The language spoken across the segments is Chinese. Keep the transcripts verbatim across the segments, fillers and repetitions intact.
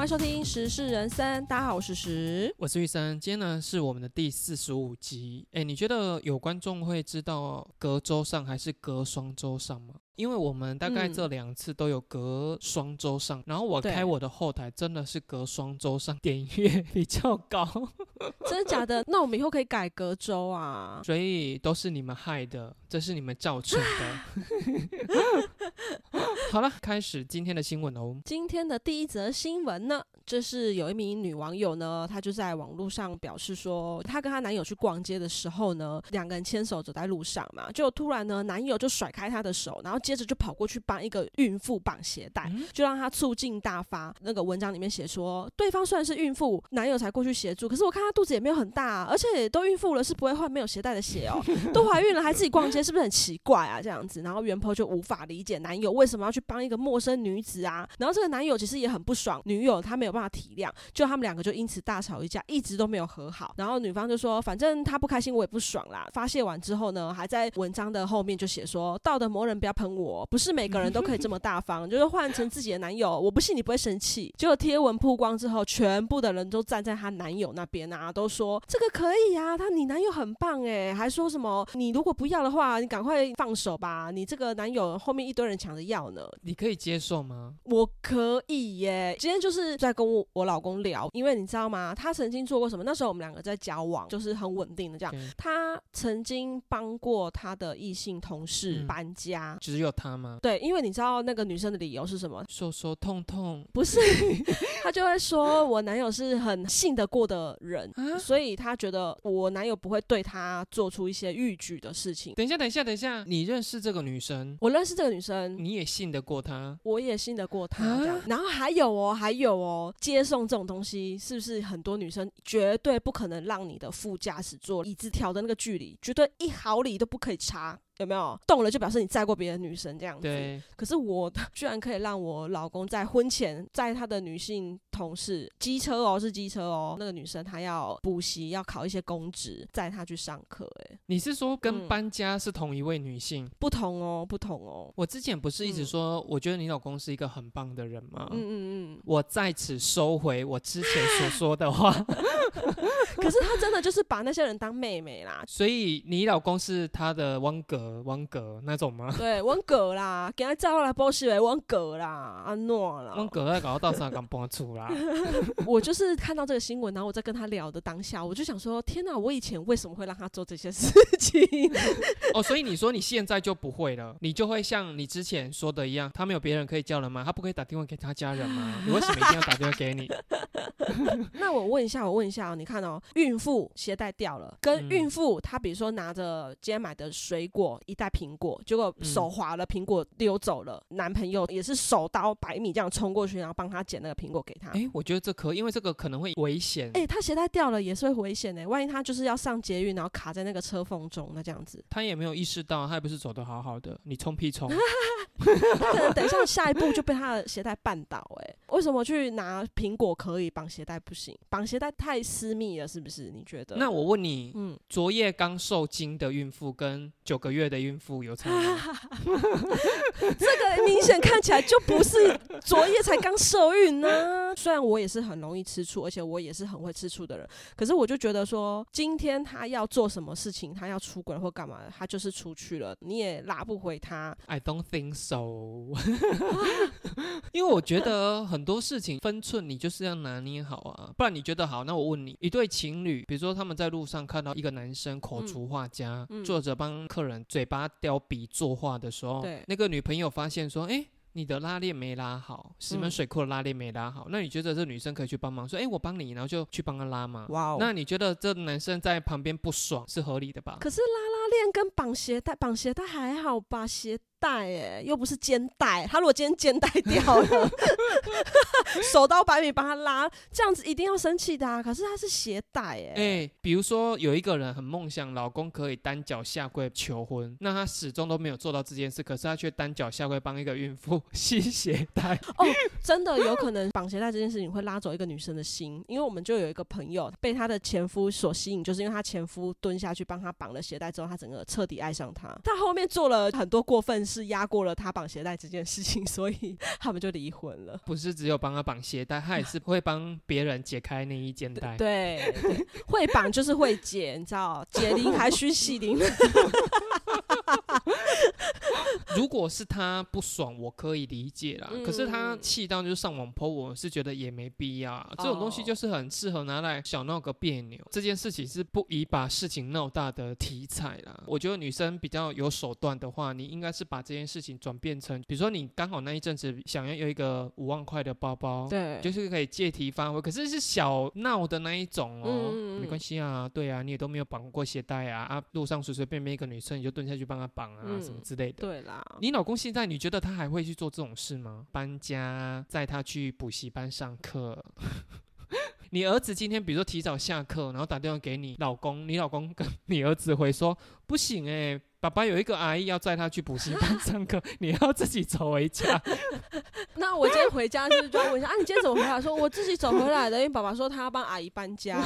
欢迎收听时事人生，大家好，我是时， 我是玉生。今天呢是我们的第四十五集。哎，你觉得有观众会知道隔周上还是隔双周上吗？因为我们大概这两次都有隔双周上、嗯、然后我开我的后台真的是隔双周上，点阅比较高。 真的假的？那我们以后可以改隔周啊。 所以都是你们害的，这是你们造成的。好了，开始今天的新闻哦。 今天的第一则新闻呢，这是有一名女网友呢，她就在网络上表示说，她跟她男友去逛街的时候呢，两个人牵手走在路上嘛，就突然呢，男友就甩开她的手，然后接着就跑过去帮一个孕妇绑鞋带、嗯、就让她促进大发。那个文章里面写说，对方虽然是孕妇，男友才过去协助，可是我看她肚子也没有很大、啊、而且都孕妇了，是不会换没有鞋带的鞋哦。都怀孕了还自己逛街，是不是很奇怪啊？这样子，然后原 po 就无法理解男友为什么要去帮一个陌生女子啊。然后这个男友其实也很不爽，女友他没有办法体谅，就他们两个就因此大吵一架，一直都没有和好。然后女方就说，反正他不开心我也不爽啦。发泄完之后呢，还在文章的后面就写说，道德魔人不要喷我，不是每个人都可以这么大方，就是换成自己的男友，我不信你不会生气。结果贴文曝光之后，全部的人都站在她男友那边啊，都说这个可以啊，他你男友很棒耶，还说什么你如果不要的话，你赶快放手吧，你这个男友后面一堆人抢着要呢。 你可以接受吗？ 我可以耶。今天就是在跟 我, 我老公聊，因为你知道吗，他曾经做过什么，那时候我们两个在交往，就是很稳定的这样、okay. 他曾经帮过他的异性同事搬家、嗯、 只有他吗？ 对，因为你知道那个女生的理由是什么？ 说说痛痛。 不是他就会说我男友是很信得过的人、啊、所以他觉得我男友不会对他做出一些逾矩的事情。 等一下等一下等一下，你认识这个女生？ 我认识这个女生。 你也信得过她？ 我也信得过她、啊、然后还有哦还有哦接送这种东西，是不是很多女生绝对不可能让你的副驾驶座椅子调的那个距离绝对一毫厘都不可以差，有没有？动了就表示你载过别的女生这样子。 对。 可是我居然可以让我老公在婚前载他的女性同事，机车哦，是机车哦，那个女生她要补习，要考一些公职，载她去上课。哎， 你是说跟搬家是同一位女性？ 嗯、不同哦，不同哦。 我之前不是一直说、嗯、我觉得你老公是一个很棒的人吗？ 嗯嗯嗯。 我在此收回我之前所说的话。 可是他真的就是把那些人当妹妹啦。 所以你老公是他的汪格汪格那种吗？ 对，汪格啦，给他叫来报喜为汪格啦，安诺啦， 汪格在搞到上刚搬出啦。 我就是看到这个新闻，然后我在跟他聊的当下，我就想说，天哪，我以前为什么会让他做这些事情？ 哦，所以你说你现在就不会了，你就会像你之前说的一样，他没有别人可以叫了吗？他不可以打电话给他家人吗？你为什么一定要打电话给你？ 那我问一下，我问一下、哦，你看哦，孕妇鞋带掉了，跟孕妇她比如说拿着今天买的水果，一袋苹果，结果手滑了，苹果溜走了，嗯、男朋友也是手刀百米这样冲过去，然后帮他捡那个苹果给他。 哎，我觉得这可以，因为这个可能会危险。 哎，他鞋带掉了也是会危险的，万一他就是要上捷运，然后卡在那个车缝中，那这样子， 他也没有意识到，他也不是走得好好的，你冲屁冲。 他可能等一下下一步就被他的鞋带绊倒。哎，为什么去拿苹果可以，绑鞋带不行？绑鞋带太私密了，是不是？你觉得？ 那我问你，嗯，昨夜刚受精的孕妇跟九个月的孕妇有差吗？ 这个明显看起来就不是昨夜才刚受孕呢。虽然我也是很容易吃醋，而且我也是很会吃醋的人，可是我就觉得说，今天他要做什么事情，他要出轨或干嘛的，他就是出去了，你也拉不回他。 I don't think so。 因为我觉得很多事情分寸你就是要拿捏好啊，不然你觉得好，那我问你，一对情侣，比如说他们在路上看到一个男生口厨画家、嗯、坐着帮客人嘴巴雕笔作画的时候，那个女朋友发现说，哎，你的拉链没拉好，石门水库的拉链没拉好、嗯、那你觉得这女生可以去帮忙说，哎，我帮你，然后就去帮他拉吗？哇、wow ，那你觉得这男生在旁边不爽是合理的吧？ 可是拉拉链跟绑鞋带，绑鞋带还好吧，鞋带耶，又不是肩带，他如果今天肩带掉了手刀百米帮他拉，这样子一定要生气的啊。可是他是鞋带耶。 欸，比如说有一个人很梦想老公可以单脚下跪求婚，那他始终都没有做到这件事，可是他却单脚下跪帮一个孕妇系鞋带。 哦，真的有可能绑鞋带这件事情会拉走一个女生的心，因为我们就有一个朋友被她的前夫所吸引，就是因为她前夫蹲下去帮她绑了鞋带之后，她整个彻底爱上他。她后面做了很多过分事压过了他绑鞋带这件事情，所以他们就离婚了。 不是只有帮他绑鞋带，他也是会帮别人解开内衣肩带。 对对，会绑就是会解，你知道，解铃还须系铃。 如果是他不爽，我可以理解啦。 嗯、 可是他气到就上网 po， 我是觉得也没必要、啊。这种东西就是很适合拿来小闹个别扭。这件事情是不宜把事情闹大的题材啦。我觉得女生比较有手段的话，你应该是把这件事情转变成，比如说你刚好那一阵子想要有一个五万块的包包， 对， 就是可以借题发挥。可是是小闹的那一种哦，嗯、没关系啊，对啊，你也都没有绑过鞋带啊，啊，路上随随便便一个女生你就蹲下去帮她绑啊、嗯，什么之类的。 对啦， 你老公现在你觉得他还会去做这种事吗？搬家，载他去补习班上课。你儿子今天比如说提早下课，然后打电话给你老公，你老公跟你儿子回说不行哎、欸，爸爸有一个阿姨要载他去补习班上课，你要自己走回家。 那我今天回家就是就要问一下啊，你今天怎么回来？说我自己走回来的，因为爸爸说他要帮阿姨搬家。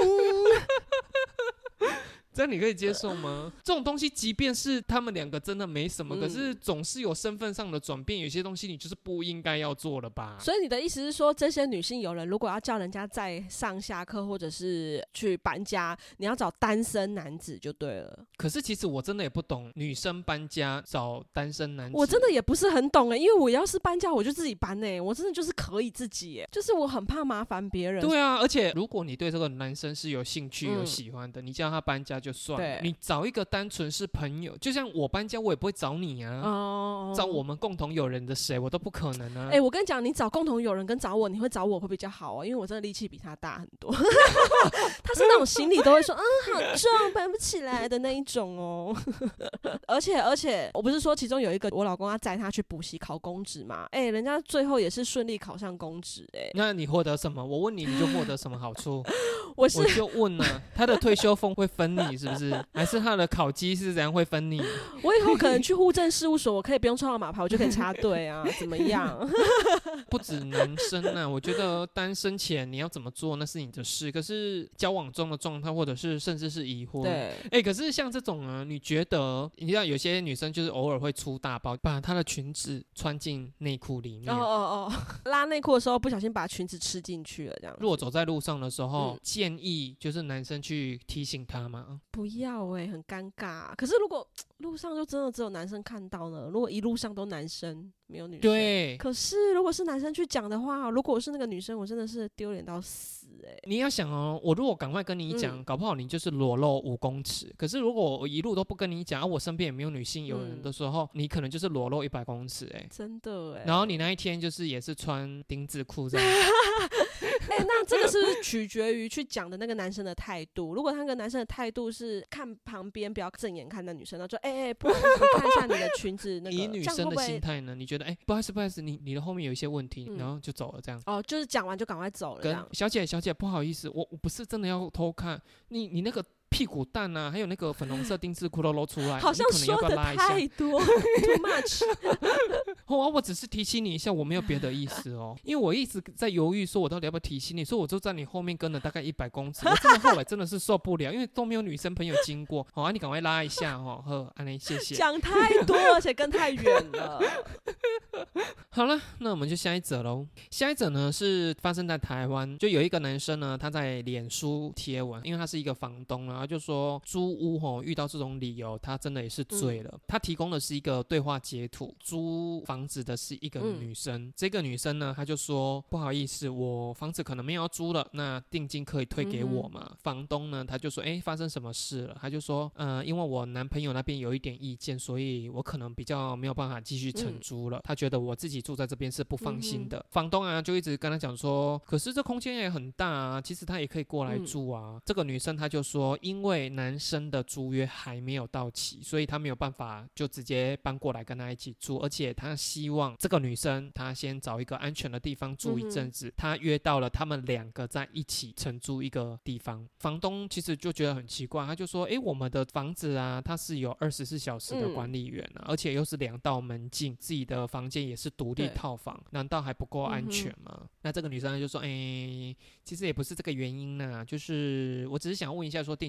这样你可以接受吗？这种东西即便是他们两个真的没什么、嗯、可是总是有身份上的转变，有些东西你就是不应该要做了吧。 所以你的意思是说，这些女性友人如果要叫人家在上下课或者是去搬家，你要找单身男子就对了。 可是其实我真的也不懂女生搬家找单身男子， 我真的也不是很懂哎、欸，因为我要是搬家我就自己搬哎、欸，我真的就是可以自己哎、欸，就是我很怕麻烦别人。 对啊，而且如果你对这个男生是有兴趣、嗯、有喜欢的，你叫他搬家就算了，你找一个单纯是朋友，就像我搬家我也不会找你啊，哦、找我们共同友人的谁我都不可能啊。 哎、欸，我跟你讲，你找共同友人跟找我，你会找我会比较好啊，因为我真的力气比他大很多。他是那种行李都会说嗯好重搬不起来的那一种哦。而且而且我不是说其中有一个我老公要载他去补习考公职嘛，哎、欸，人家最后也是顺利考上公职哎、欸。 那你获得什么？我问你，你就获得什么好处？ 我是我就问啊，他的退休俸会分你是不是？还是他的考绩是怎样会分你？ 我以后可能去户政事务所，我可以不用抽到马牌，我就可以插队啊，怎么样？ 不止男生啊，我觉得单身前你要怎么做那是你的事，可是交往中的状态，或者是甚至是已婚， 对， 哎、欸，可是像这种啊，你觉得你知道有些女生就是偶尔会出大包，把她的裙子穿进内裤里面， 哦哦哦，拉内裤的时候不小心把裙子吃进去了，这样。 如果走在路上的时候， 嗯、 建议就是男生去提醒她吗？ 不要哎、欸，很尴尬、啊。可是如果路上就真的只有男生看到呢？如果一路上都男生没有女生， 对。 可是如果是男生去讲的话，如果我是那个女生，我真的是丢脸到死哎、欸。 你要想哦，我如果赶快跟你讲、嗯，搞不好你就是裸露五公尺。可是如果我一路都不跟你讲，啊，我身边也没有女性友人的时候，嗯、你可能就是裸露一百公尺哎、欸， 真的哎、欸。 然后你那一天就是也是穿丁字裤这样。 哎、欸，那这个是不是取决于去讲的那个男生的态度？如果那个男生的态度是看旁边，不要正眼看那女生，那就哎哎、欸，不好意思，你看一下你的裙子那个。 以女生的心态呢，你觉得哎、欸，不好意思，不好意思，你你的后面有一些问题、嗯，然后就走了这样。 哦，就是讲完就赶快走了这样。 跟小姐，小姐，不好意思，我我不是真的要偷看你，你那个。屁股蛋啊，还有那个粉红色丁字裤都露出来， 好像说的太多 ，too much。 哦，我只是提醒你一下，我没有别的意思哦，因为我一直在犹豫，说我到底要不要提醒你，所以我就在你后面跟了大概一百公尺，我真的后来真的是受不了，因为都没有女生朋友经过，好、哦、啊，你赶快拉一下哦，呵，安妮，谢谢。 讲太多，而且跟太远了。 好了，那我们就下一则喽。下一则呢是发生在台湾，就有一个男生呢，他在脸书贴文，因为他是一个房东啊。他就说租屋吼遇到这种理由，他真的也是醉了、嗯。他提供的是一个对话截图，租房子的是一个女生、嗯。这个女生呢，她就说不好意思，我房子可能没有要租了，那定金可以退给我吗？嗯、房东呢，他就说，哎、欸，发生什么事了？他就说，呃，因为我男朋友那边有一点意见，所以我可能比较没有办法继续承租了、嗯。他觉得我自己住在这边是不放心的。嗯、房东啊，就一直跟他讲说，可是这空间也很大啊，其实他也可以过来住啊。嗯、这个女生她就说，因为男生的租约还没有到期，所以他没有办法就直接搬过来跟他一起住，而且他希望这个女生她先找一个安全的地方住一阵子、嗯、他约到了他们两个在一起承租一个地方。房东其实就觉得很奇怪，他就说诶，我们的房子啊，它是有二十四小时的管理员啊、嗯、而且又是两道门禁，自己的房间也是独立套房，难道还不够安全吗、嗯、那这个女生就说诶，其实也不是这个原因啦，就是我只是想问一下说定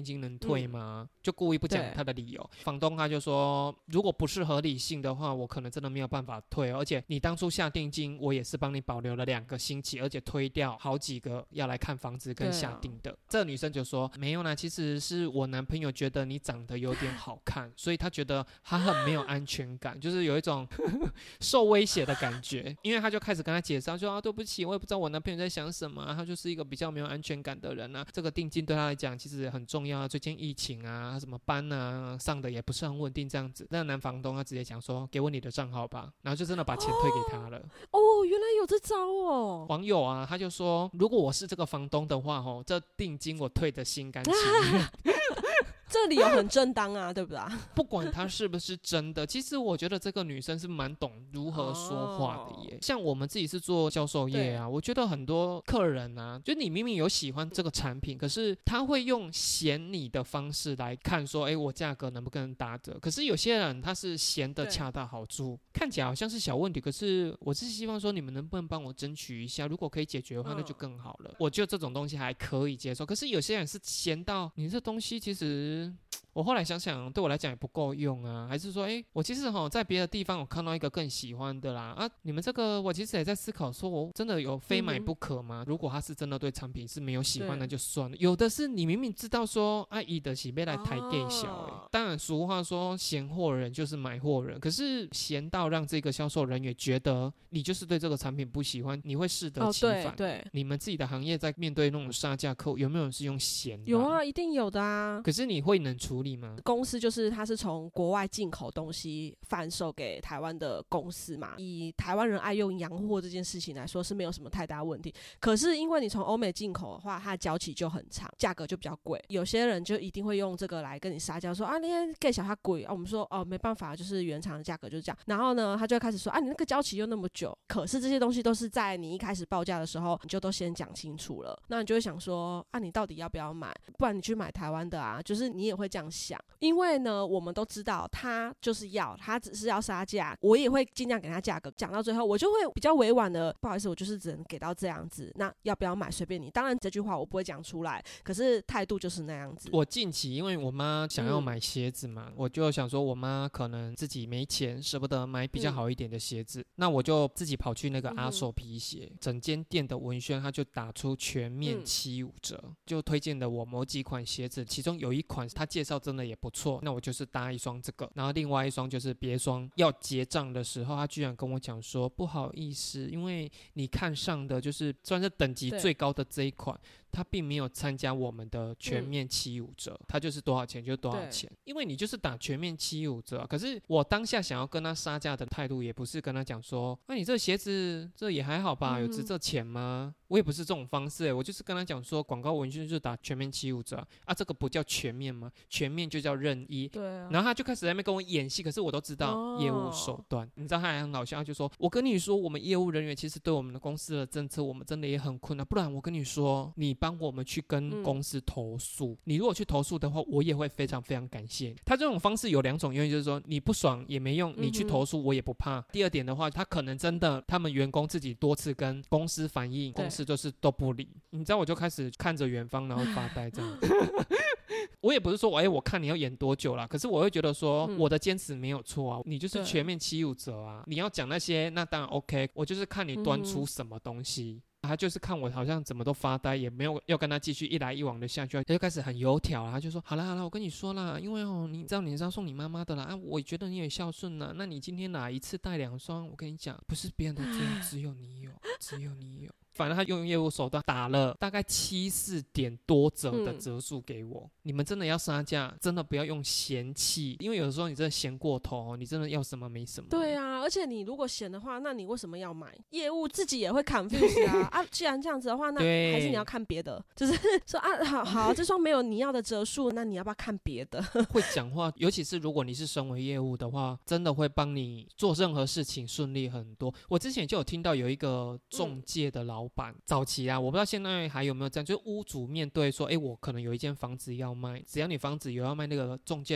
金能退吗、嗯、就故意不讲他的理由。房东他就说如果不是合理性的话，我可能真的没有办法退，而且你当初下定金我也是帮你保留了两个星期，而且推掉好几个要来看房子跟下定的、啊、这个女生就说没有啦，其实是我男朋友觉得你长得有点好看，所以他觉得他很没有安全感，就是有一种受威胁的感觉。因为他就开始跟他介绍说啊，对不起，我也不知道我男朋友在想什么、啊、他就是一个比较没有安全感的人啊，这个定金对他来讲其实很重要啊，最近疫情啊，他什么班啊上的也不是很稳定这样子。那男房东他直接讲说给我你的账号吧，然后就真的把钱退给他了。 哦，哦原来有这招哦。 网友啊他就说如果我是这个房东的话齁，这定金我退得心甘情愿这理由很正当啊，对不对？ 不管他是不是真的，其实我觉得这个女生是蛮懂如何说话的耶、哦、像我们自己是做销售业啊，我觉得很多客人啊，就你明明有喜欢这个产品，可是他会用嫌你的方式来看说哎，我价格能不能打折，可是有些人他是嫌的恰到好处，看起来好像是小问题，可是我是希望说你们能不能帮我争取一下，如果可以解决的话那就更好了、嗯、我觉得这种东西还可以接受。可是有些人是嫌到你这东西其实我后来想想对我来讲也不够用啊，还是说哎，我其实齁在别的地方我看到一个更喜欢的啦啊，你们这个我其实也在思考说我真的有非买不可吗、嗯、如果他是真的对产品是没有喜欢的就算了，有的是你明明知道说啊伊的是要来抬价小哎，当然俗话说嫌货人就是买货人，可是嫌到让这个销售人员觉得你就是对这个产品不喜欢，你会适得其反、哦、对, 对你们自己的行业在面对那种杀价客户有没有人是用嫌的？ 有啊，一定有的啊。 可是你会能处理吗？ 公司就是它是从国外进口东西贩售给台湾的公司嘛，以台湾人爱用洋货这件事情来说是没有什么太大问题。可是因为你从欧美进口的话，它的交期就很长，价格就比较贵，有些人就一定会用这个来跟你杀价，说啊你给小它贵啊，我们说哦没办法，就是原厂的价格就是这样。然后呢，他就会开始说啊你那个交期又那么久，可是这些东西都是在你一开始报价的时候你就都先讲清楚了，那你就会想说啊你到底要不要买，不然你去买台湾的啊，就是你也会这样想。因为呢我们都知道他就是要他只是要杀价，我也会尽量给他价格，讲到最后我就会比较委婉的不好意思我就是只能给到这样子，那要不要买随便你。当然这句话我不会讲出来，可是态度就是那样子。 我近期因为我妈想要买鞋子嘛、嗯、我就想说我妈可能自己没钱舍不得买比较好一点的鞋子、嗯、那我就自己跑去那个阿寿皮鞋、嗯、整间店的文宣他就打出全面七五折、嗯、就推荐了我某几款鞋子，其中有一款他介绍真的也不错，那我就是搭一双这个，然后另外一双就是别双。要结账的时候他居然跟我讲说不好意思，因为你看上的就是算是等级最高的这一款，他并没有参加我们的全面七五折、嗯、他就是多少钱就多少钱，因为你就是打全面七五折。可是我当下想要跟他杀价的态度也不是跟他讲说那、啊、你这鞋子这也还好吧、嗯、有值这钱吗，我也不是这种方式、欸、我就是跟他讲说广告文宣就是打全面七五折啊，这个不叫全面吗？全面就叫任意。对啊，然后他就开始在那边跟我演戏，可是我都知道业务手段、哦、你知道他还很好笑，他就说我跟你说我们业务人员其实对我们的公司的政策我们真的也很困难，不然我跟你说你帮我们去跟公司投诉、嗯、你如果去投诉的话我也会非常非常感谢你。他这种方式有两种原因，就是说你不爽也没用，你去投诉我也不怕、嗯、第二点的话他可能真的他们员工自己多次跟公司反映，公司就是都不理，你知道我就开始看着远方然后发呆这样我也不是说哎、欸，我看你要演多久啦，可是我会觉得说、嗯、我的坚持没有错啊，你就是全面七五折啊，你要讲那些那当然 OK， 我就是看你端出什么东西、嗯、他就是看我好像怎么都发呆，也没有要跟他继续一来一往的下去，他就开始很油条啦，他就说好啦好啦我跟你说啦，因为哦你知道你是要送你妈妈的啦啊，我觉得你也孝顺啦，那你今天哪一次带两双，我跟你讲不是别人都这样，只有你有只有你有反正他用业务手段打了大概七四点多折的折数给我、嗯、你们真的要杀价真的不要用嫌弃，因为有的时候你真的嫌过头，你真的要什么没什么。对啊，而且你如果嫌的话那你为什么要买，业务自己也会 confuse 啊啊，既然这样子的话那还是你要看别的，就是说啊好好这双没有你要的折数，那你要不要看别的会讲话，尤其是如果你是身为业务的话真的会帮你做任何事情顺利很多。我之前就有听到有一个中介的老板、嗯、早期啊我不知道现在还有没有这样，就是屋主面对说哎，我可能有一间房子要卖，只要你房子有要卖那个中介都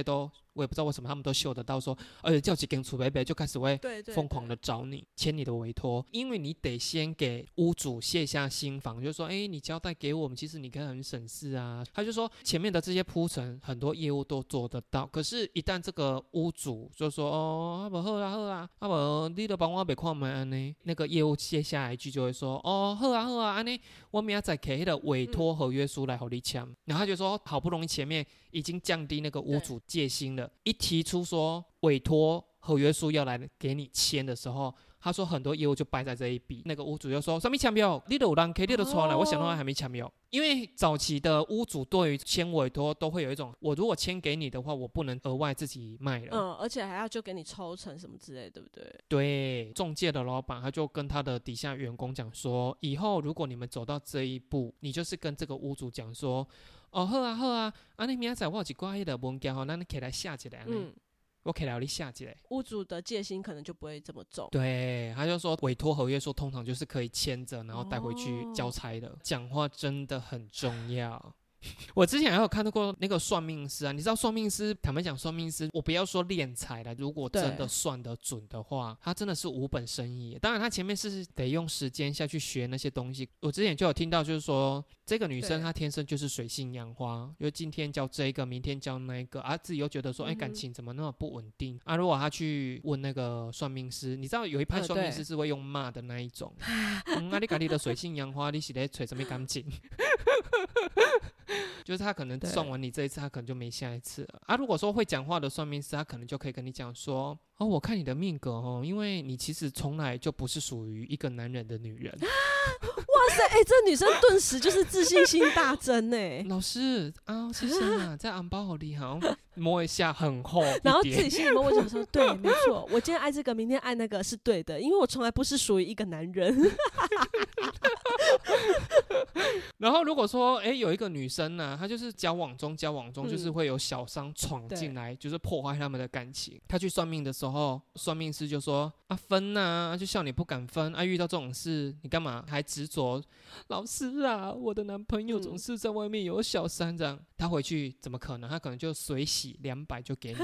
我也不知道为什么他们都嗅得到说，而且叫几根储备杯就开始会疯狂的找你签你的委托，因为你得先给屋主卸下心防，就说哎、欸，你交代给我们，其实你可以很省事啊。他就说前面的这些铺陈很多业务都做得到，可是一旦这个屋主就说哦，啊不好啊好啊，啊不你都帮我别看嘛安呢，那个业务接下来一句就会说哦好啊好啊安呢，我明仔载开那个委托合约书来给你签、嗯，然后他就说好不容易前面已经降低那个屋主戒心了，一提出说委托合约书要来给你签的时候，他说很多业务就败在这一笔。那个屋主就说什么签标，你都有人 K 你都出来、哦、我想到还没签标。因为早期的屋主对于签委托都会有一种，我如果签给你的话，我不能额外自己卖了， 嗯，而且还要就给你抽成什么之类，对不对？ 对，中介的老板他就跟他的底下员工讲说，以后如果你们走到这一步，你就是跟这个屋主讲说，哦好啊好啊，啊你明仔载我有一挂迄个文件吼，咱起来写一下，嗯。我可以来你下集嘞， 屋主的戒心可能就不会这么重。 对，他就说委托合约书通常就是可以签着，然后带回去交差的。讲、哦、话真的很重要。我之前还有看到过那个算命师啊，你知道算命师，坦白讲，算命师我不要说敛财了，如果真的算得准的话，他真的是无本生意。当然，他前面是得用时间下去学那些东西。我之前就有听到，就是说这个女生她天生就是水性杨花，就今天教这个，明天教那个，啊自己又觉得说，哎、嗯，感情怎么那么不稳定啊？如果他去问那个算命师，你知道有一派算命师是会用骂的那一种，嗯，啊你家里的水性杨花，你是在吹什么感情？就是他可能算完你这一次，他可能就没下一次了啊。如果说会讲话的算命师，他可能就可以跟你讲说，哦，我看你的命格哦，因为你其实从来就不是属于一个男人的女人。 哇塞，哎、欸，这女生顿时就是自信心大增哎。 老师啊，谢谢啊，在红包好厉害，摸一下很厚， 然后自己心里默默想说，对，没错，我今天爱这个，明天爱那个是对的，因为我从来不是属于一个男人。 然后如果说哎有一个女生呢、啊，她就是交往中交往中就是会有小三闯进来、嗯，就是破坏他们的感情。她去算命的时候，算命师就说啊分啊，就笑你不敢分啊，遇到这种事你干嘛还执着？老师啊，我的男朋友总是在外面有小三这样，他回去怎么可能？他可能就随喜两百就给你。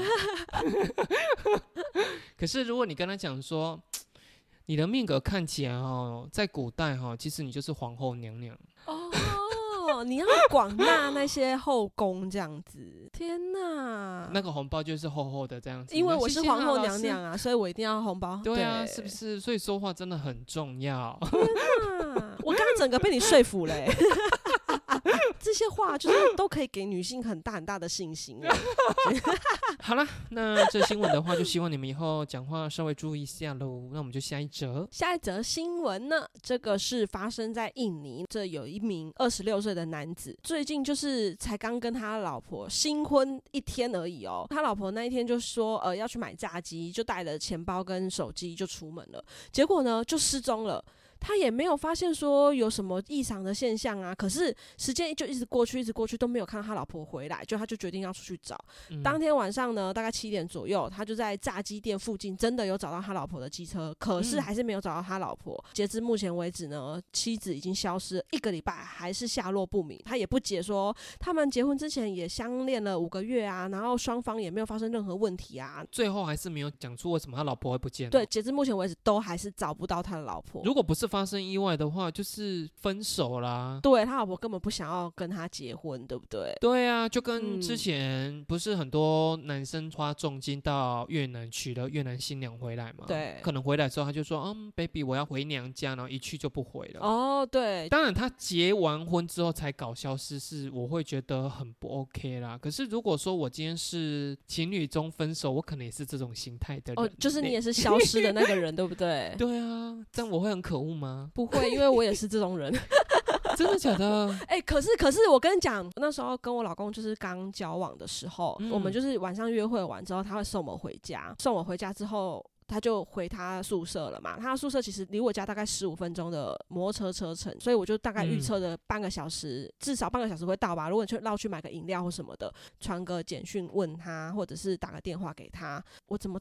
可是如果你跟他讲说，你的命格看起来哦，在古代哈、哦，其实你就是皇后娘娘哦，你要广纳那些后宫这样子。天哪， 那个红包就是厚厚的这样子。 因为我是皇后娘娘啊，所以我一定要红包。 对啊，对是不是？所以说话真的很重要。 天哪，我刚刚整个被你说服了、欸。这些话就是都可以给女性很大很大的信心。 好了，那这新闻的话，就希望你们以后讲话稍微注意一下喽。那我们就下一则。 下一则新闻呢，这个是发生在印尼，这有一名二十六岁的男子，最近就是才刚跟他老婆新婚一天而已哦。他老婆那一天就说，呃，要去买炸鸡，就带了钱包跟手机就出门了，结果呢就失踪了。他也没有发现说有什么异常的现象啊，可是时间就一直过去一直过去都没有看到他老婆回来，就他就决定要出去找、嗯、当天晚上呢大概七点左右，他就在炸鸡店附近真的有找到他老婆的机车，可是还是没有找到他老婆、嗯、截至目前为止呢，妻子已经消失一个礼拜还是下落不明。他也不解说他们结婚之前也相恋了五个月啊，然后双方也没有发生任何问题啊， 最后还是没有讲出为什么他老婆会不见、哦、 对，截至目前为止都还是找不到他的老婆。 如果不是发生意外的话，就是分手啦。 对，他老婆根本不想要跟他结婚，对不对？ 对啊，就跟之前不是很多男生花重金到越南娶了越南新娘回来嘛？ 对， 可能回来之后他就说，嗯 ，baby， 我要回娘家，然后一去就不回了。 哦，对。 当然，他结完婚之后才搞消失，是我会觉得很不 OK 啦。可是如果说我今天是情侣中分手，我可能也是这种心态的人。 哦，就是你也是消失的那个人，对不对？ 对啊，这样我会很可恶吗？ 不会，因为我也是这种人。 真的假的？ 哎、欸，可是可是我跟你讲，那时候跟我老公就是刚交往的时候、嗯，我们就是晚上约会完之后，他会送我回家，送我回家之后，他就回他宿舍了嘛。他的宿舍其实离我家大概十五分钟的摩托车车程，所以我就大概预测的半个小时、嗯，至少半个小时会到吧。如果你去绕去买个饮料或什么的，传个简讯问他，或者是打个电话给他，我怎么打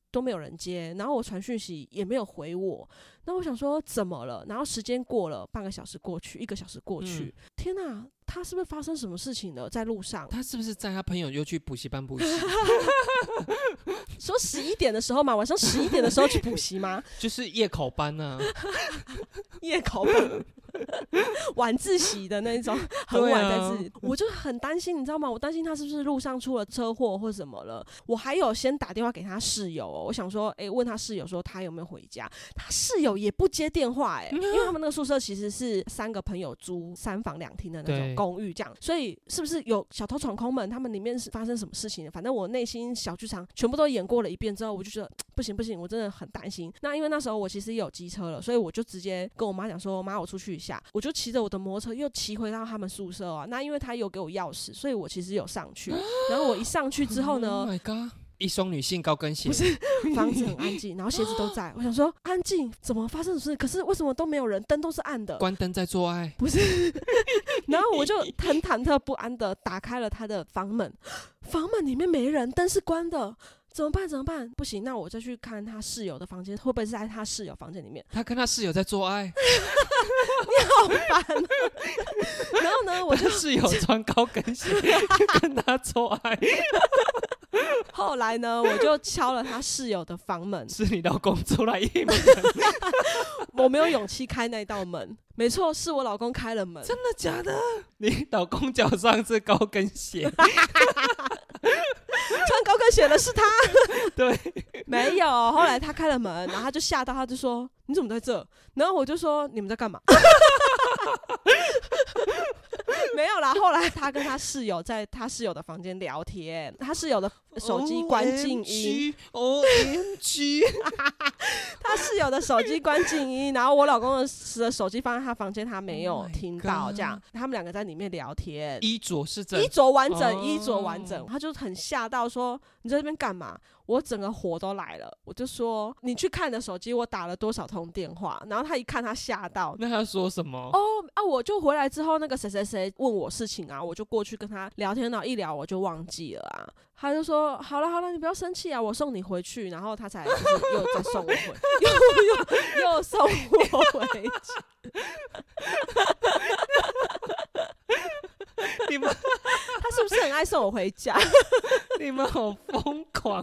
都没有人接，然后我传讯息也没有回我，然后我想说怎么了，然后时间过了半个小时过去，一个小时过去、嗯、天哪，他是不是发生什么事情了？在路上他是不是载他朋友又去补习班补习说十一点的时候嘛，晚上十一点的时候去补习吗？ 就是夜考班啊夜考班晚自习的那种，很晚在自习、啊、我就很担心，你知道吗？我担心他是不是路上出了车祸或什么了。我还有先打电话给他室友、哦、我想说，哎、欸，问他室友说他有没有回家，他室友也不接电话、欸，哎、嗯，因为他们那个宿舍其实是三个朋友租三房两厅的那种公寓，这样，所以是不是有小偷闯空门？他们里面是发生什么事情？反正我内心小剧场全部都演过了一遍之后，我就觉得不行不行，我真的很担心。那因为那时候我其实也有机车了，所以我就直接跟我妈讲说，妈，我出去一下，我就骑着我的摩托车又骑回到他们宿舍啊。那因为他有给我钥匙，所以我其实有上去。然后我一上去之后呢 ，Oh my god！一双女性高跟鞋， 不是，房子很安静，然后鞋子都在。我想说安静，怎么发生什么事？可是为什么都没有人？灯都是暗的， 关灯在做爱， 不是？然后我就很忐忑不安的打开了他的房门，房门里面没人，灯是关的。怎么办？怎么办？不行，那我再去看他室友的房间，会不会是在他室友房间里面？ 他跟他室友在做爱， 你好烦、啊。然后呢，我就室友穿高跟鞋跟他做爱。 后来呢，我就敲了他室友的房门， 是你老公出来应门。 我没有勇气开那道门，没错，是我老公开了门。 真的假的？你老公脚上是高跟鞋。 穿高跟鞋的是他。 对， 没有。后来他开了门，然后他就吓到，他就说你怎么在这？然后我就说你们在干嘛？没有啦，后来他跟他室友在他室友的房间聊天，他室友的手机关静音 O M G 他室友的手机关静音，然后我老公的手机放在他房间，他没有听到、oh、这样他们两个在里面聊天， 衣着是真衣着完整、oh、衣着完整，他就很吓到说你在这边干嘛？我整个火都来了，我就说你去看你的手机我打了多少通电话，然后他一看他吓到。 那他说什么？ 哦啊，我就回来之后那个谁谁谁问我事情啊，我就过去跟他聊天，然后一聊我就忘记了啊。他就说好了好了，你不要生气啊，我送你回去，然后他才就是又再送我回又又又送我回去。 你们他是不是很爱送我回家？ 你们好疯狂。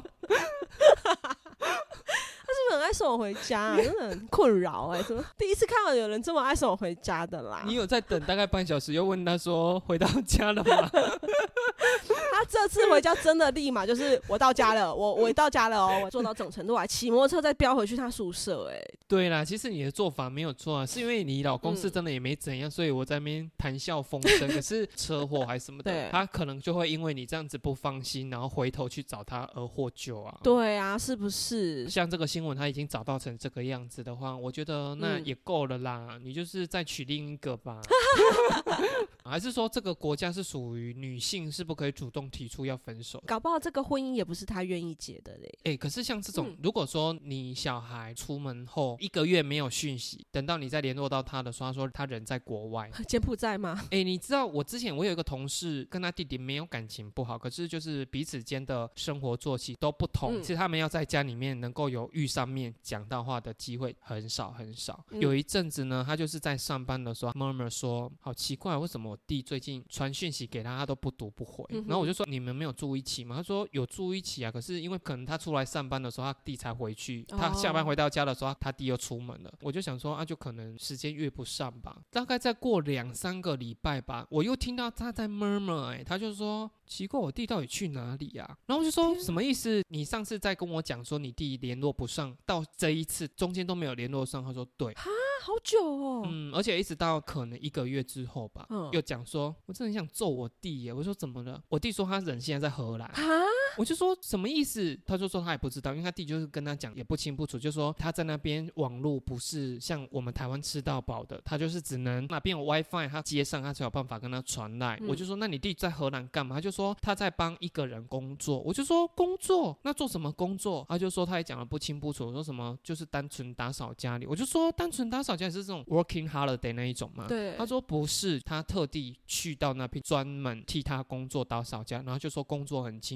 他是不是很爱送我回家、啊？真的很困扰哎、欸！怎么第一次看到有人这么爱送我回家的啦？ 你有在等大概半小时，又问他说回到家了吗？ 他这次回家真的立马就是我到家了，我我到家了哦，我做到这种程度，还骑摩托车再飙回去他宿舍哎、欸。 对啦，其实你的做法没有错啊，是因为你老公是真的也没怎样，嗯、所以我在那边谈笑风生。可是车祸还是什么的，他可能就会因为你这样子不放心，然后回头去找他而获救啊。 对啊，是不是？ 像这个新闻他已经找到成这个样子的话，我觉得那也够了啦、嗯、你就是再娶另一个吧。还是说这个国家是属于女性是不可以主动提出要分手， 搞不好这个婚姻也不是他愿意结的嘞。 欸、可是像这种、 嗯、 如果说你小孩出门后一个月没有讯息，等到你再联络到他的时候，他说他人在国外， 柬埔寨吗？ 哎、欸，你知道我之前我有一个同事跟他弟弟没有感情不好，可是就是彼此间的生活作息都不同、嗯、其实他们要在家里面能够有遇上面讲到话的机会很少很少、嗯、有一阵子呢，他就是在上班的时候 murmur 说好奇怪，为什么我弟最近传讯息给他他都不读不回、嗯、然后我就说你们没有住一起吗？他说有住一起啊，可是因为可能他出来上班的时候他弟才回去、哦、他下班回到家的时候他弟又出门了，我就想说啊，就可能时间约不上吧。大概再过两三个礼拜吧，我又听到他在 murmur、欸、他就说奇怪我弟到底去哪里啊？然后我就说什么意思？你上次在跟我讲说你弟联络不上，到这一次中间都没有联络上。他说对。 哈，好久哦。 嗯，而且一直到可能一个月之后吧、嗯、又讲说我真的很想揍我弟耶。我说怎么了？我弟说他人现在在荷兰。哈，我就说什么意思？他就说他也不知道，因为他弟就是跟他讲也不清不楚，就说他在那边网络不是像我们台湾吃到饱的，他就是只能哪边有 WiFi 他接上他才有办法跟他传来、嗯、我就说那你弟在荷兰干嘛？他就说他在帮一个人工作。我就说工作？那做什么工作？他就说他也讲得不清不楚，说什么就是单纯打扫家里。我就说单纯打扫家里是这种 working holiday 那一种吗？对。他说不是，他特地去到那边专门替他工作打扫家，然后就说工作很轻松，可以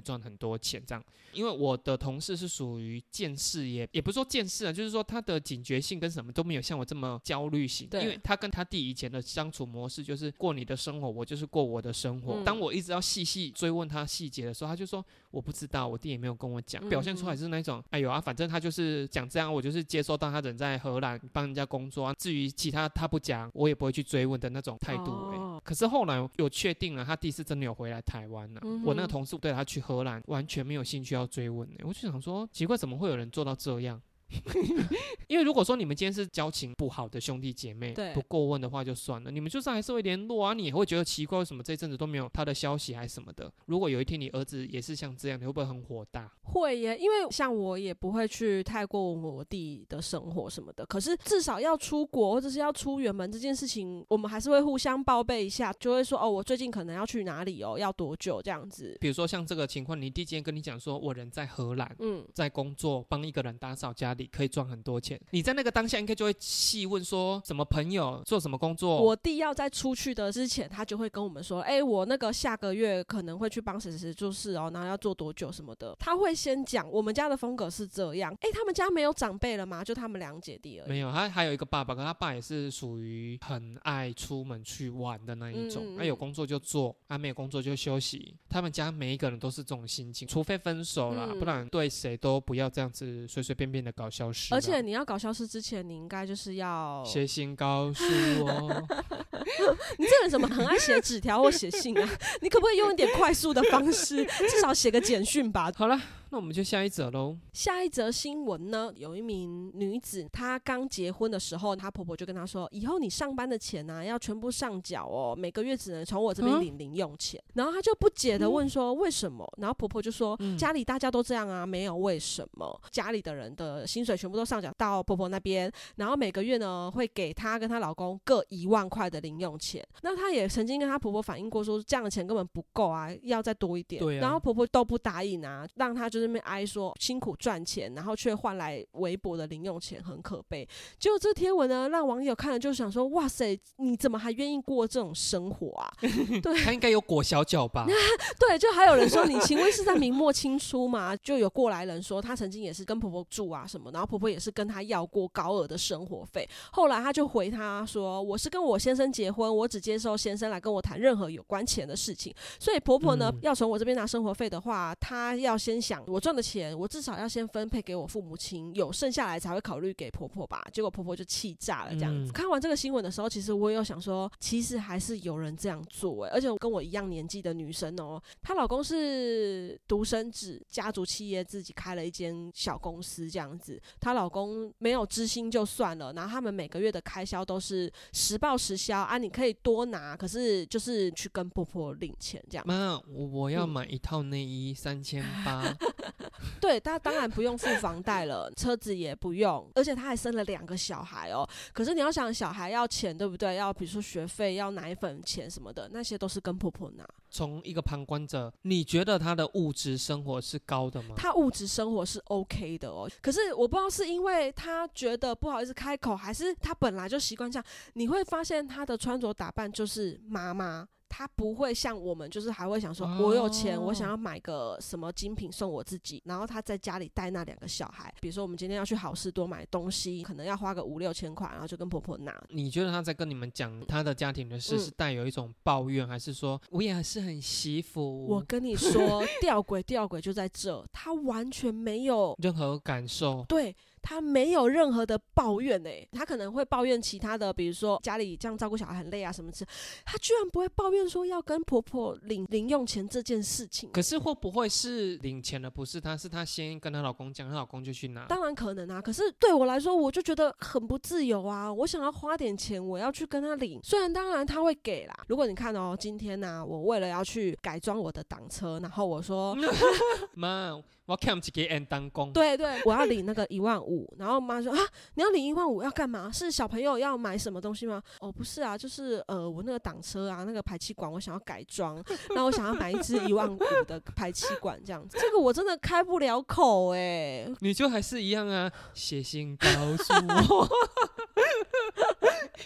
赚很多钱这样。因为我的同事是属于见识也也不是说见识啊，就是说他的警觉性跟什么都没有像我这么焦虑型，因为他跟他弟以前的相处模式就是过你的生活，我就是过我的生活、嗯、当我一直要细细追问他细节的时候，他就说我不知道，我弟也没有跟我讲、嗯、表现出来是那种哎呦啊，反正他就是讲这样，我就是接收到他人在荷兰帮人家工作、啊、至于其他他不讲我也不会去追问的那种态度、欸哦、可是后来有确定了他弟是真的有回来台湾了、啊嗯、我那个同事对他去荷兰完全没有兴趣要追问、欸、我就想说奇怪怎么会有人做到这样因为如果说你们今天是交情不好的兄弟姐妹，不过问的话就算了，你们就是还是会联络啊，你也会觉得奇怪为什么这阵子都没有他的消息还是什么的。如果有一天你儿子也是像这样，你会不会很火大？ 会耶，因为像我也不会去太过问我弟的生活什么的，可是至少要出国或者是要出远门这件事情，我们还是会互相报备一下，就会说哦，我最近可能要去哪里哦，要多久这样子。 比如说像这个情况，你弟今天跟你讲说我人在荷兰，嗯，在工作，帮一个人打扫家里可以赚很多钱，你在那个当下应该就会细问说什么朋友做什么工作。 我弟要在出去的之前，他就会跟我们说，哎、欸，我那个下个月可能会去帮谁谁做事哦，然后要做多久什么的，他会先讲。我们家的风格是这样。哎、欸，他们家没有长辈了吗？就他们两姐弟而已。 没有，他还有一个爸爸，可他爸也是属于很爱出门去玩的那一种，他、嗯嗯啊、有工作就做，他、啊、没有工作就休息。他们家每一个人都是这种心情，除非分手啦、嗯、不然对谁都不要这样子随随便便的搞消失。 而且你要搞消失之前，你应该就是要写信告诉我你这人怎么很爱写纸条或写信啊？你可不可以用一点快速的方式，至少写个简讯吧？ 好了，那我们就下一则咯。 下一则新闻呢，有一名女子，她刚结婚的时候，她婆婆就跟她说，以后你上班的钱啊要全部上缴哦，每个月只能从我这边领零用钱、嗯、然后她就不解的问说、嗯、为什么？然后婆婆就说、嗯、家里大家都这样啊，没有为什么，家里的人的薪水全部都上缴到婆婆那边，然后每个月呢会给她跟她老公各一万块的零用钱。那她也曾经跟她婆婆反映过说，这样的钱根本不够啊，要再多一点。对啊，然后婆婆都不答应啊，让她就是那边哀说辛苦赚钱，然后却换来微薄的零用钱，很可悲。结果这贴文呢，让网友看了就想说，哇塞，你怎么还愿意过这种生活啊？对， 他应该有裹小脚吧？ 对，就还有人说你请问是在明末清初吗？就有过来人说他曾经也是跟婆婆住啊什么，然后婆婆也是跟他要过高额的生活费。后来他就回他说，我是跟我先生结婚，我只接受先生来跟我谈任何有关钱的事情，所以婆婆呢、嗯、要从我这边拿生活费的话，她要先想我赚的钱我至少要先分配给我父母亲，有剩下来才会考虑给婆婆吧。结果婆婆就气炸了这样子、嗯、看完这个新闻的时候，其实我也有想说，其实还是有人这样做、欸、而且跟我一样年纪的女生哦、喔，她老公是独生子，家族企业自己开了一间小公司这样子，她老公没有支薪就算了，然后他们每个月的开销都是实报实销啊，你可以多拿，可是就是去跟婆婆领钱这样。 妈，我要买一套内衣三千八。 对，他当然不用付房贷了，车子也不用，而且他还生了两个小孩哦。可是你要想，小孩要钱，对不对？要比如说学费、要奶粉钱什么的，那些都是跟婆婆拿。 从一个旁观者，你觉得他的物质生活是高的吗？ 他物质生活是 OK 的哦，可是我不知道是因为他觉得不好意思开口，还是他本来就习惯这样。你会发现他的穿着打扮就是妈妈。他不会像我们，就是还会想说，我有钱，我想要买个什么精品送我自己，然后他在家里带那两个小孩。比如说，我们今天要去好市多买东西，可能要花个五六千块，然后就跟婆婆拿。 你觉得他在跟你们讲他的家庭的事，是带有一种抱怨，嗯、还是说我也是很媳妇？ 我跟你说，吊诡吊诡就在这，他完全没有任何感受。 对。他没有任何的抱怨诶、欸，他可能会抱怨其他的，比如说家里这样照顾小孩很累啊什么之，他居然不会抱怨说要跟婆婆领零用钱这件事情。 可是会不会是领钱的不是她，是她先跟她老公讲，她老公就去拿？ 当然可能啊，可是对我来说，我就觉得很不自由啊。我想要花点钱，我要去跟他领，虽然当然他会给啦。如果你看哦，今天啊，我为了要去改装我的挡车，然后我说妈。我欠一个缘当工， 对对，我要领那个一万五，然后妈说啊，你要领一万五要干嘛？是小朋友要买什么东西吗？哦，不是啊，就是呃，我那个挡车啊，那个排气管我想要改装，那我想要买一支一万五的排气管这样子，这个我真的开不了口哎、欸。 你就还是一样啊，写信告诉我。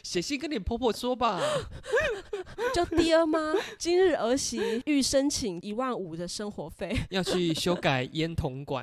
写信跟你婆婆说吧。 就爹妈今日儿媳欲申请一万五的生活费， 要去修改烟筒管。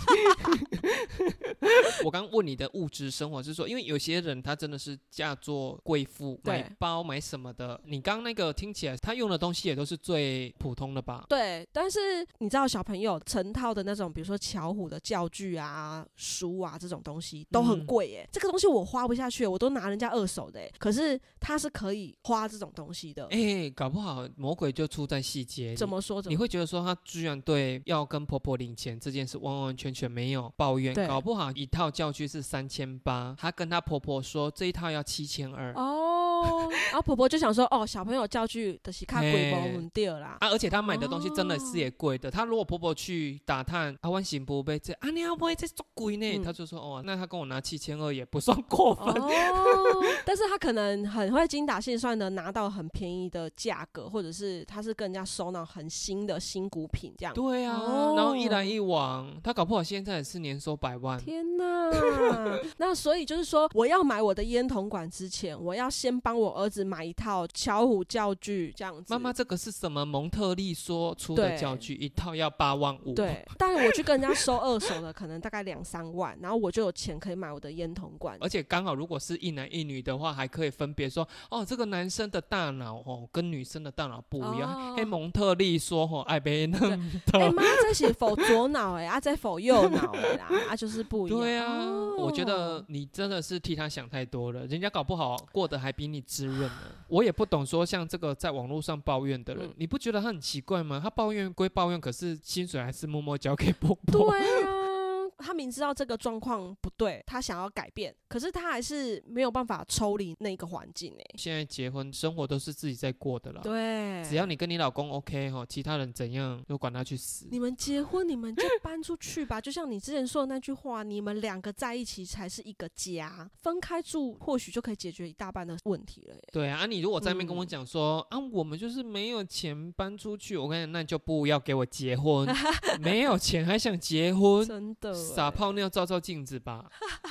我刚问你的物质生活是说，因为有些人他真的是嫁作贵妇，买包买什么的，你刚那个听起来他用的东西也都是最普通的吧？ 对，但是你知道小朋友成套的那种比如说巧虎的教具啊书啊这种东西都很贵耶、嗯、这个东西我花不下去，我都拿人家二手的耶，可是他是可以花这种东西的。 哎、欸，搞不好魔鬼就出在细节里。 怎么说？怎么你会觉得说他居然对要跟婆婆领钱这件事完完全全没有抱怨，搞不好一套教具是三千八，他跟他婆婆说这一套要七千二。 哦，然后婆婆就想说，哦，小朋友教具的是看贵不稳定啦。 啊，而且他买的东西真的是也贵的。他、哦、如果婆婆去打探，啊，我媳妇被这，啊，你要不会这做贵呢？他就说，哦，那他跟我拿七千二也不算过分。 哦，但是他可能很会精打细算的拿到很便宜的价格，或者是他是跟人家收那种很新的新古品这样。 对啊、哦，然后一来一往，他搞不好现在也是年收百万。 天哪！那所以就是说，我要买我的烟筒管之前，我要先帮我儿子买一套巧虎教具这样子。 妈妈，这个是什么蒙特利说出的教具，一套要八万五。 对，但是我去跟人家收二手的，可能大概两三万，然后我就有钱可以买我的烟筒管。 而且刚好如果是一男一女的话，还可以分别说，哦，这个男生的大脑哦跟女生的大脑不一样。嘿、哦，蒙特利说哦，爱被那么的。哎妈，这是否左脑哎，啊，这否右脑哎啦，啊，就是不一样。 对啊、哦，我觉得你真的是替他想太多了，人家搞不好过得还比你滋润呢。我也不懂说像这个在网络上抱怨的人、嗯，你不觉得他很奇怪吗？他抱怨归抱怨，可是薪水还是默默交给婆婆。 对啊。他明知道这个状况不对，他想要改变，可是他还是没有办法抽离那个环境哎。 现在结婚生活都是自己在过的啦， 对， 只要你跟你老公 OK 齁，其他人怎样就管他去死。 你们结婚，你们就搬出去吧，就像你之前说的那句话，你们两个在一起才是一个家，分开住或许就可以解决一大半的问题了耶。 对啊，你如果在那边跟我讲说、嗯、啊，我们就是没有钱搬出去，我跟你讲，那就不要给我结婚，没有钱还想结婚， 真的。 撒泡尿照照镜子吧。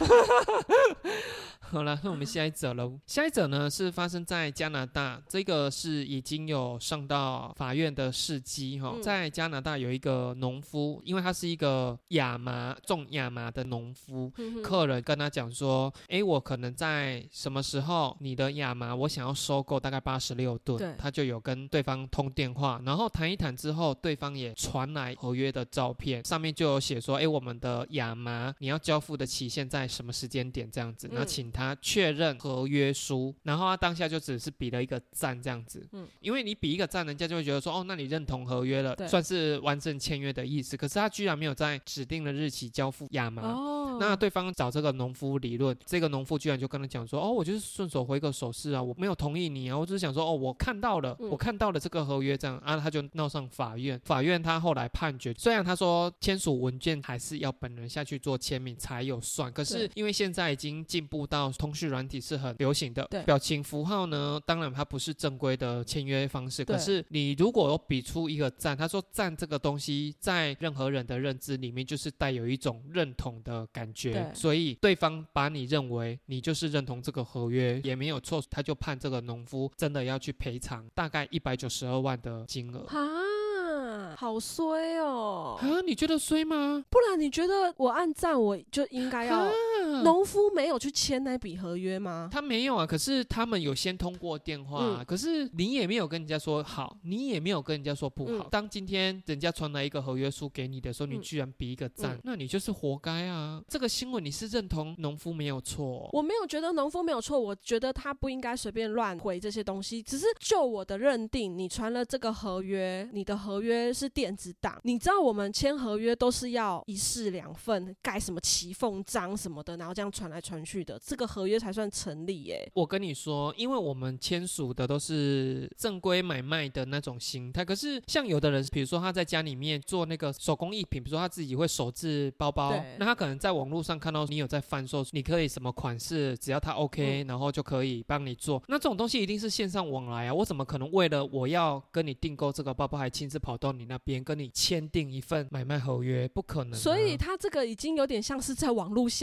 好了，那我们下一则了。下一则呢是发生在加拿大，这个是已经有上到法院的事迹哈、嗯。在加拿大有一个农夫，因为他是一个亚麻种亚麻的农夫、嗯，客人跟他讲说，哎，我可能在什么时候你的亚麻我想要收购大概八十六吨，他就有跟对方通电话，然后谈一谈之后，对方也传来合约的照片，上面就有写说，哎，我们的亚麻你要交付的期限在什么时间点这样子，然后请他确认合约书，然后他当下就只是比了一个赞这样子，嗯，因为你比一个赞，人家就会觉得说，哦，那你认同合约了，算是完整签约的意思。可是他居然没有在指定的日期交付亚麻，哦，那对方找这个农夫理论，这个农夫居然就跟他讲说，哦，我就是顺手挥个手势啊，我没有同意你啊，我只是想说，哦，我看到了，嗯、我看到了这个合约这样啊，他就闹上法院。法院他后来判决，虽然他说签署文件还是要本人下去做签名才有算，可是因为现在已经进步到通讯软体是很流行的，表情符号呢，当然它不是正规的签约方式，可是你如果有比出一个赞，他说赞这个东西在任何人的认知里面就是带有一种认同的感觉，所以对方把你认为你就是认同这个合约也没有错，他就判这个农夫真的要去赔偿大概一百九十二万的金额。 好衰哦！ 啊，你觉得衰吗？ 不然你觉得我按赞我就应该要？农夫没有去签那笔合约吗？ 他没有啊，可是他们有先通过电话、啊嗯，可是你也没有跟人家说好，你也没有跟人家说不好。嗯、当今天人家传来一个合约书给你的时候，你居然比一个赞、嗯，那你就是活该啊！这个新闻你是认同农夫没有错？ 我没有觉得农夫没有错，我觉得他不应该随便乱回这些东西。只是就我的认定，你传了这个合约，你的合约是电子档，你知道我们签合约都是要一式两份，盖什么骑缝章什么的，然后这样传来传去的，这个合约才算成立耶。 我跟你说，因为我们签署的都是正规买卖的那种形态，可是像有的人，比如说他在家里面做那个手工艺品，比如说他自己会手制包包，那他可能在网络上看到你有在贩售，你可以什么款式，只要他 OK、嗯、然后就可以帮你做。那这种东西一定是线上往来啊，我怎么可能为了我要跟你订购这个包包，还亲自跑到你那边跟你签订一份买卖合约？不可能、啊。 所以他这个已经有点像是在网络下单，比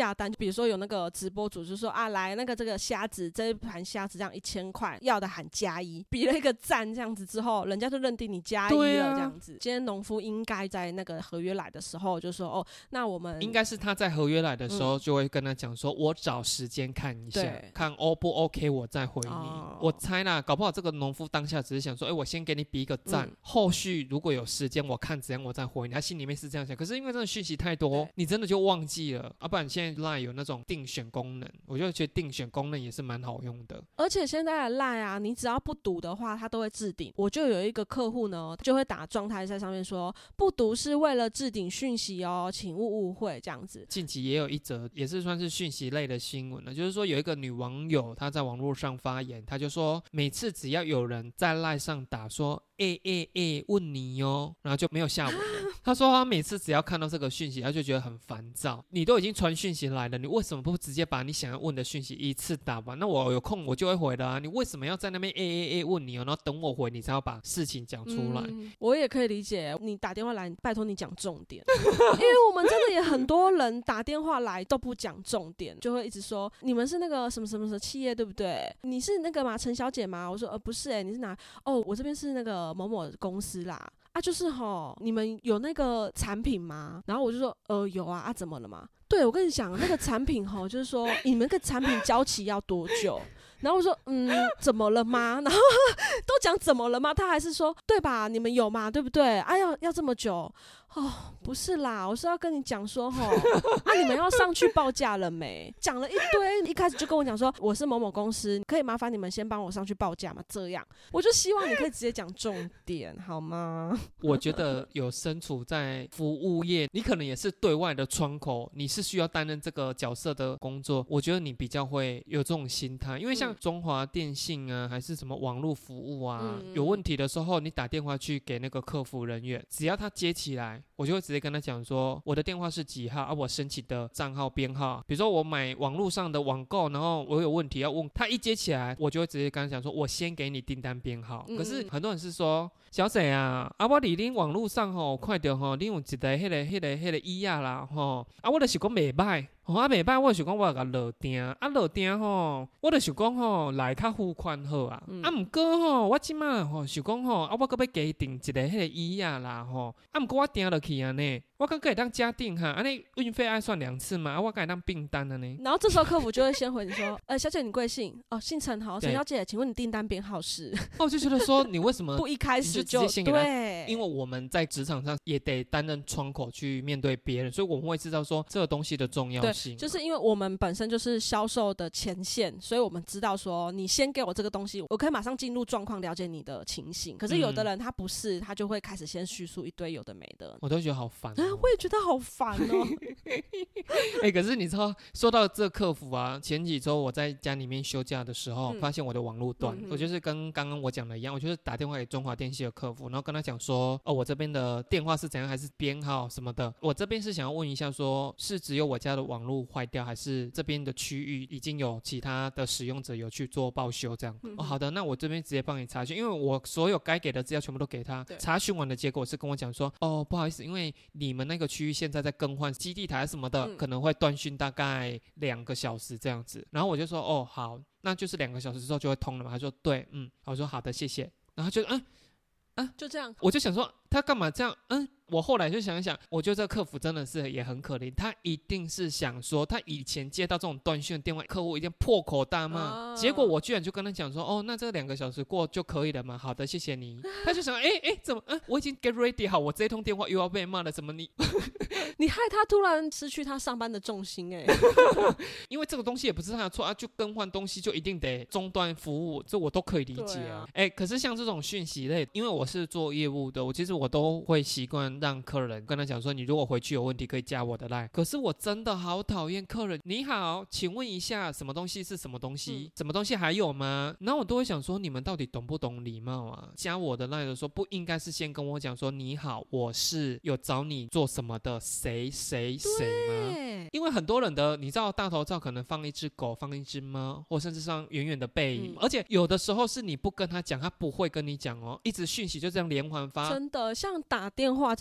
比如说有那个直播主就说啊，来那个这个虾子这一盘虾子这样一千块，要的喊加一，比了一个赞这样子之后，人家就认定你加一了这样子。啊、今天农夫应该在那个合约来的时候就说哦，那我们应该是他在合约来的时候就会跟他讲说、嗯，我找时间看一下，看 O 不 OK， 我再回你。哦、我猜啦，搞不好这个农夫当下只是想说，哎、欸，我先给你比一个赞、嗯，后续如果有时间，我看怎样我再回你。他心里面是这样想，可是因为真的讯息太多，你真的就忘记了。啊，不然现在 LINE 有那种定选功能，我就觉得定选功能也是蛮好用的。 而且现在的 LINE 啊，你只要不读的话，它都会置顶。我就有一个客户呢，就会打状态在上面说，不读是为了置顶讯息哦，请勿误会这样子。 近期也有一则，也是算是讯息类的新闻了，就是说有一个女网友她在网络上发言，她就说每次只要有人在 LINE 上打说诶诶诶问你哦，然后就没有下文了。他说他每次只要看到这个讯息，他就觉得很烦躁。你都已经传讯息来了，你为什么不直接把你想要问的讯息一次打完？那我有空我就会回的啊。你为什么要在那边诶诶诶问你哦，然后等我回你才要把事情讲出来、 嗯？我也可以理解，你打电话来，拜托你讲重点，因为我们真的也很多人打电话来都不讲重点，就会一直说你们是那个什么什么什么企业对不对？你是那个吗？陈小姐吗？我说呃不是哎、欸，你是哪？哦，我这边是那个某某公司啦。啊，就是齁，你们有那个产品吗？然后我就说，呃，有啊，啊，怎么了嘛？对，我跟你讲，那个产品齁，就是说，你们那个产品交期要多久？然后我说，嗯，怎么了吗？然后都讲怎么了吗？他还是说，对吧？你们有嘛？对不对？啊，要要这么久？哦，不是啦，我是要跟你讲说，齁，啊，你们要上去报价了没？讲了一堆，一开始就跟我讲说，我是某某公司，可以麻烦你们先帮我上去报价吗？这样，我就希望你可以直接讲重点，好吗？ 我觉得有身处在服务业，你可能也是对外的窗口，你是需要担任这个角色的工作，我觉得你比较会有这种心态，因为像中华电信啊，还是什么网络服务啊、嗯，有问题的时候，你打电话去给那个客服人员，只要他接起来，我就会直接跟他讲说，我的电话是几号啊，我申请的账号编号，比如说我买网络上的网购，然后我有问题要问他，一接起来，我就会直接跟他讲说，我先给你订单编号、嗯。可是很多人是说，小姐啊，啊我伫恁网络上吼看到吼，恁有一个迄、那个、迄、那个、迄、那個椅啊啦吼，啊我就是讲袂歹。哦、啊袂歹，我想讲我甲落订，啊落订吼，我就想讲吼来较付款好啊，嗯、啊毋过吼，我即马吼想讲吼，啊我搁要加订一个迄个椅啊啦吼，啊毋过我订落去安尼，我感觉会当加订哈，安尼运费爱算两次嘛，啊我敢会当并单了呢。 然后这时候客服就会先回你说，呃小姐你贵姓？哦姓陈好，陈小姐，请问你订单编号是？ 哦我就觉得说你为什么不一开始就直接先给他？对，因为我们在职场上也得担任窗口去面对别人，所以我们会知道说这个东西的重要性。 对，就是因为我们本身就是销售的前线，所以我们知道说你先给我这个东西，我可以马上进入状况，了解你的情形。可是有的人他不是，他就会开始先叙述一堆有的没的， 我都觉得好烦、 哦啊。我也觉得好烦哦。 哎、欸，可是你知道，说到这客服啊，前几周我在家里面休假的时候，嗯、发现我的网络断、嗯，我就是跟刚刚我讲的一样，我就是打电话给中华电信的客服，然后跟他讲说，哦，我这边的电话是怎样，还是编号什么的，我这边是想要问一下说，是只有我家的网络坏掉，还是是这边的区域已经有其他的使用者有去做报修这样、嗯、哦好的，那我这边直接帮你查询，因为我所有该给的资料全部都给他，查询完的结果是跟我讲说，哦不好意思，因为你们那个区域现在在更换基地台什么的、嗯、可能会断讯大概两个小时这样子，然后我就说哦好，那就是两个小时之后就会通了嘛，他说对，嗯，我说好的谢谢，然后就嗯啊，就这样， 我就想说他干嘛这样？嗯，我后来就想一想，我觉得这个客服真的是也很可怜，他一定是想说，他以前接到这种断讯的电话，客户一定破口大骂、啊，结果我居然就跟他讲说，哦，那这两个小时过就可以了嘛？好的，谢谢你。他就想，哎哎，怎么？嗯，我已经 get ready 好，我这一通电话又要被骂了，怎么你？ 你害他突然失去他上班的重心哎、欸， 因为这个东西也不是他的错啊，就更换东西就一定得中断服务，这我都可以理解啊。哎、啊欸，可是像这种讯息类，因为我是做业务的，我其实我都会习惯让客人跟他讲说，你如果回去有问题可以加我的 LINE。可是我真的好讨厌客人，你好，请问一下什么东西是什么东西？嗯、什么东西还有吗？然后我都会想说，你们到底懂不懂礼貌啊？加我的 LINE 的时候，不应该是先跟我讲说，你好，我是有找你做什么的谁谁谁吗？因为很多人的你知道大头照可能放一只狗，放一只猫，或甚至上远远的背影、嗯、而且有的时候是你不跟他讲，他不会跟你讲哦，一直讯息就这样连环发。 真的，像打电话这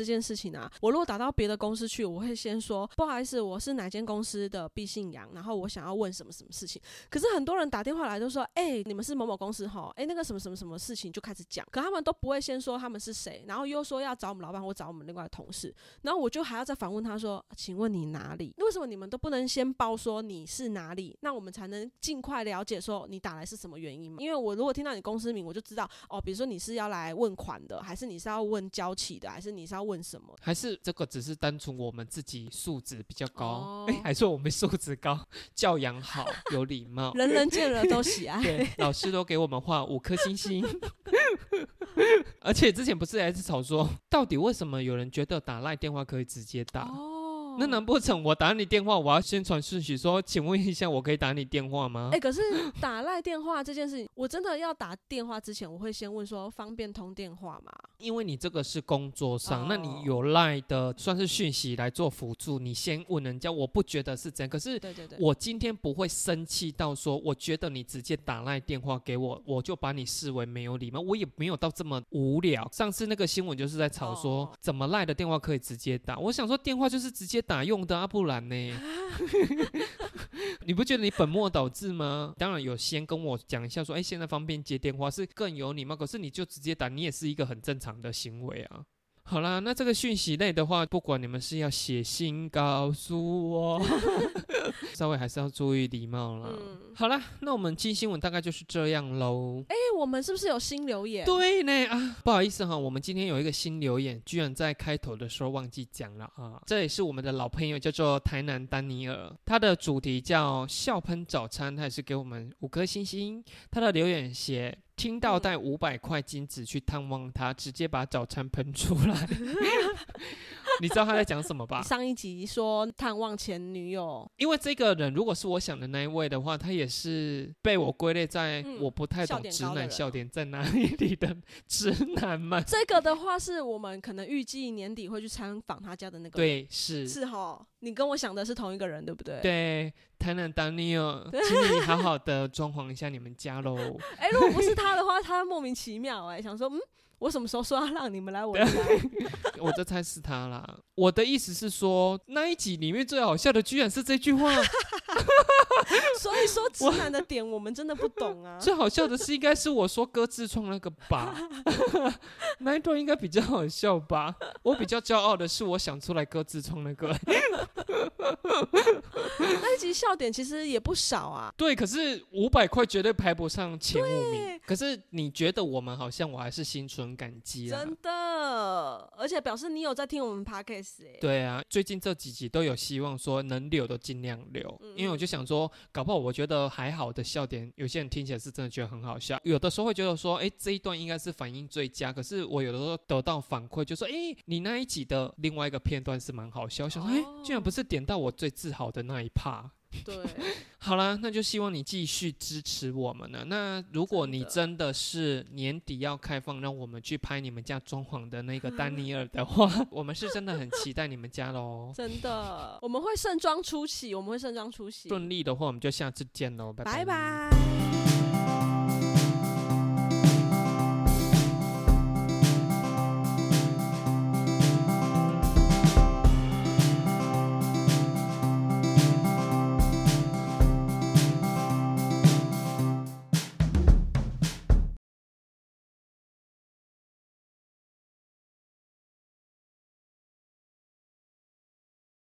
这件事情啊，我如果打到别的公司去，我会先说不好意思，我是哪间公司的毕信阳，然后我想要问什么什么事情。可是很多人打电话来都说，哎、欸，你们是某某公司齁，哎、欸，那个什么什么什么事情就开始讲，可他们都不会先说他们是谁，然后又说要找我们老板或找我们另外的同事，然后我就还要再反问他说，请问你哪里？为什么你们都不能先报说你是哪里，那我们才能尽快了解说你打来是什么原因嘛？因为我如果听到你公司名，我就知道哦，比如说你是要来问款的，还是你是要问交期的，还是你是要问什么？ 还是这个只是单纯我们自己素质比较高？ 哦哎、欸，还说我们素质高，教养好，有礼貌， 人人见了都喜爱。 对，老师都给我们画五颗星星。而且之前不是还是吵说，到底为什么有人觉得打LINE电话可以直接打？哦那难不成我打你电话，我要先传讯息说，请问一下，我可以打你电话吗？ 哎、欸，可是打LINE电话这件事情，我真的要打电话之前，我会先问说，方便通电话吗？ 因为你这个是工作上， 哦、 那你有LINE的算是讯息来做辅助，你先问人家，我不觉得是这样。可是我今天不会生气到说，我觉得你直接打LINE电话给我，我就把你视为没有礼貌，我也没有到这么无聊。上次那个新闻就是在吵说，哦、怎么LINE的电话可以直接打？我想说，电话就是直接打用的啊，不然呢？你不觉得你本末倒置吗？当然有先跟我讲一下说，哎，现在方便接电话是更有礼貌，可是你就直接打，你也是一个很正常的行为啊。好啦，那这个讯息类的话，不管你们是要写信告诉我，稍微还是要注意礼貌啦。嗯、好啦，那我们今新闻大概就是这样喽。 哎、欸，我们是不是有新留言？ 对呢啊，不好意思哈，我们今天有一个新留言，居然在开头的时候忘记讲了啊。这也是我们的老朋友，叫做台南丹尼尔，他的主题叫笑喷早餐，他也是给我们五颗星星。他的留言写。听到带五百块金子去探望他，直接把早餐喷出来。你知道他在讲什么吧？ 上一集说探望前女友， 因为这个人如果是我想的那一位的话，他也是被我归类在我不太懂直男笑点在哪里的直男们。 这个的话是我们可能预计年底会去参访他家的那个人。 对，是是齁，你跟我想的是同一个人，对不对？ 对。台南丹尼尔，请你好好的装潢一下你们家喽。 哎、欸，如果不是他的话，他莫名其妙哎、欸，想说，嗯，我什么时候说要让你们来我家？ 我这猜是他啦。我的意思是说，那一集里面最好笑的居然是这句话。 所以说直男的点我们真的不懂啊。 最好笑的是应该是我说割痔疮那个吧，那一段应该比较好笑吧。我比较骄傲的是我想出来割痔疮那个。 那一集笑点其实也不少啊。 对，可是五百块绝对排不上前五名。可是你觉得我们好像我还是心存感激啊。 真的，而且表示你有在听我们 podcast 哎。 对啊，最近这几集都有希望说能留都尽量留，嗯、因为我就想说，搞不好我觉得还好的笑点，有些人听起来是真的觉得很好笑，有的时候会觉得说，哎，这一段应该是反应最佳，可是我有的时候得到反馈就说，哎，你那一集的另外一个片段是蛮好笑，我想说，哎、哦，居然不是点到我最自豪的那一 part。 对， 好啦，那就希望你继续支持我们了。那如果你真的是年底要开放，让我们去拍你们家装潢的那个丹尼尔的话，我们是真的很期待你们家咯。 真的，我们会盛装出席，我们会盛装出席。 顺利的话，我们就下次见咯，拜拜。 拜拜。